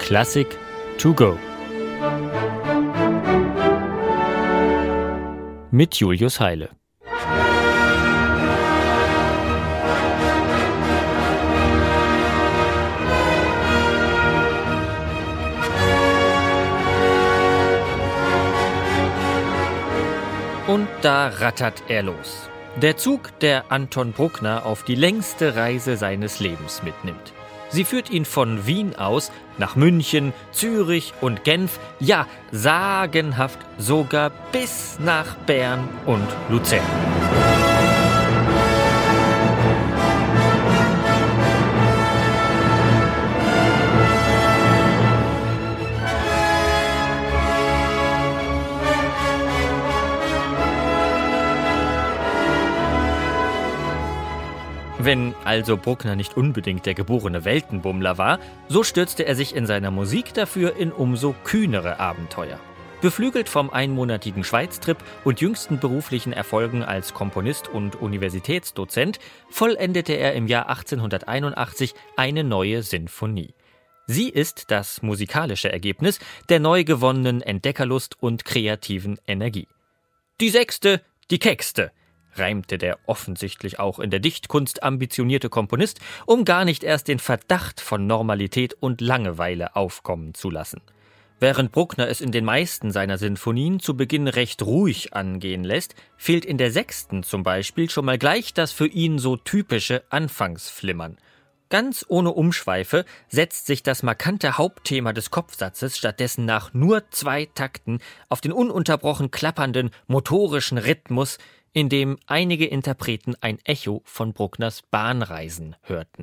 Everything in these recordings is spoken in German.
Klassik to go. Mit Julius Heile. Und da rattert er los. Der Zug, der Anton Bruckner auf die längste Reise seines Lebens mitnimmt. Sie führt ihn von Wien aus nach München, Zürich und Genf, ja, sagenhaft sogar bis nach Bern und Luzern. Wenn also Bruckner nicht unbedingt der geborene Weltenbummler war, so stürzte er sich in seiner Musik dafür in umso kühnere Abenteuer. Beflügelt vom einmonatigen Schweiztrip und jüngsten beruflichen Erfolgen als Komponist und Universitätsdozent, vollendete er im Jahr 1881 eine neue Sinfonie. Sie ist das musikalische Ergebnis der neu gewonnenen Entdeckerlust und kreativen Energie. Die sechste, die keckste, reimte der offensichtlich auch in der Dichtkunst ambitionierte Komponist, um gar nicht erst den Verdacht von Normalität und Langeweile aufkommen zu lassen. Während Bruckner es in den meisten seiner Sinfonien zu Beginn recht ruhig angehen lässt, fehlt in der sechsten zum Beispiel schon mal gleich das für ihn so typische Anfangsflimmern. Ganz ohne Umschweife setzt sich das markante Hauptthema des Kopfsatzes stattdessen nach nur 2 Takten auf den ununterbrochen klappernden motorischen Rhythmus, in dem einige Interpreten ein Echo von Bruckners Bahnreisen hörten.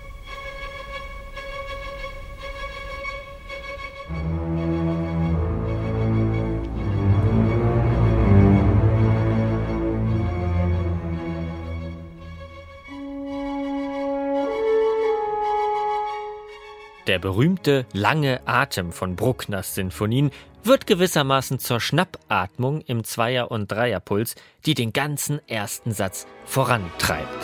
Der berühmte lange Atem von Bruckners Sinfonien wird gewissermaßen zur Schnappatmung im Zweier- und Dreierpuls, die den ganzen ersten Satz vorantreibt.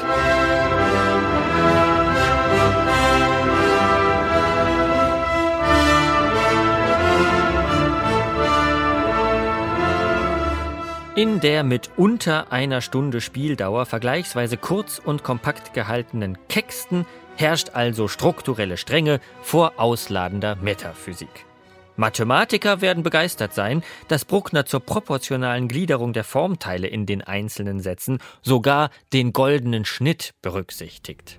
In der mit unter einer Stunde Spieldauer vergleichsweise kurz und kompakt gehaltenen kecksten herrscht also strukturelle Strenge vor ausladender Metaphysik. Mathematiker werden begeistert sein, dass Bruckner zur proportionalen Gliederung der Formteile in den einzelnen Sätzen sogar den goldenen Schnitt berücksichtigt.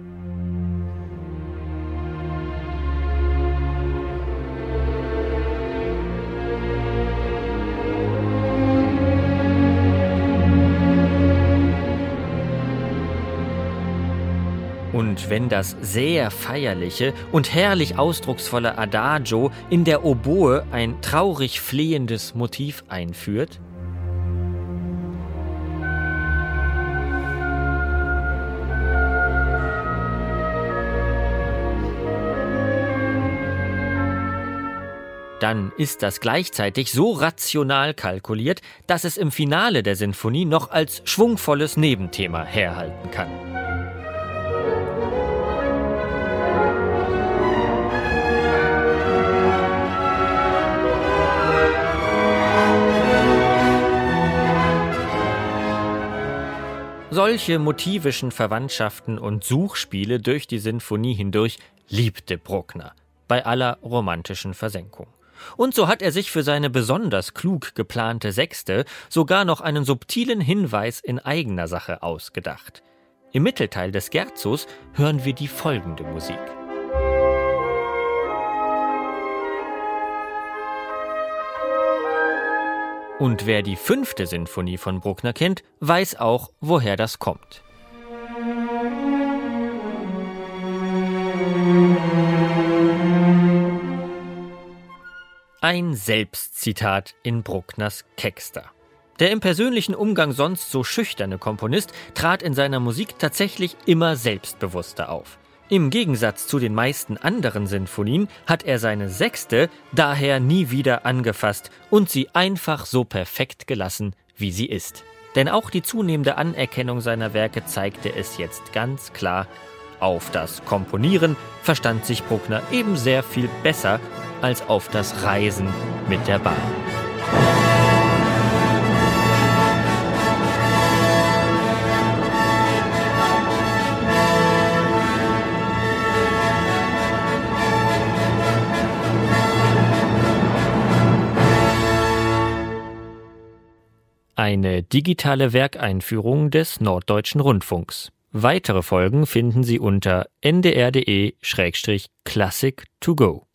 Und wenn das sehr feierliche und herrlich ausdrucksvolle Adagio in der Oboe ein traurig flehendes Motiv einführt, dann ist das gleichzeitig so rational kalkuliert, dass es im Finale der Sinfonie noch als schwungvolles Nebenthema herhalten kann. Solche motivischen Verwandtschaften und Suchspiele durch die Sinfonie hindurch liebte Bruckner, bei aller romantischen Versenkung. Und so hat er sich für seine besonders klug geplante Sechste sogar noch einen subtilen Hinweis in eigener Sache ausgedacht. Im Mittelteil des Scherzos hören wir die folgende Musik. Und wer die 5. Sinfonie von Bruckner kennt, weiß auch, woher das kommt. Ein Selbstzitat in Bruckners Keckster. Der im persönlichen Umgang sonst so schüchterne Komponist trat in seiner Musik tatsächlich immer selbstbewusster auf. Im Gegensatz zu den meisten anderen Sinfonien hat er seine 6. daher nie wieder angefasst und sie einfach so perfekt gelassen, wie sie ist. Denn auch die zunehmende Anerkennung seiner Werke zeigte es jetzt ganz klar: auf das Komponieren verstand sich Bruckner eben sehr viel besser als auf das Reisen mit der Bahn. Eine digitale Werkeinführung des Norddeutschen Rundfunks. Weitere Folgen finden Sie unter ndr.de/classic2go.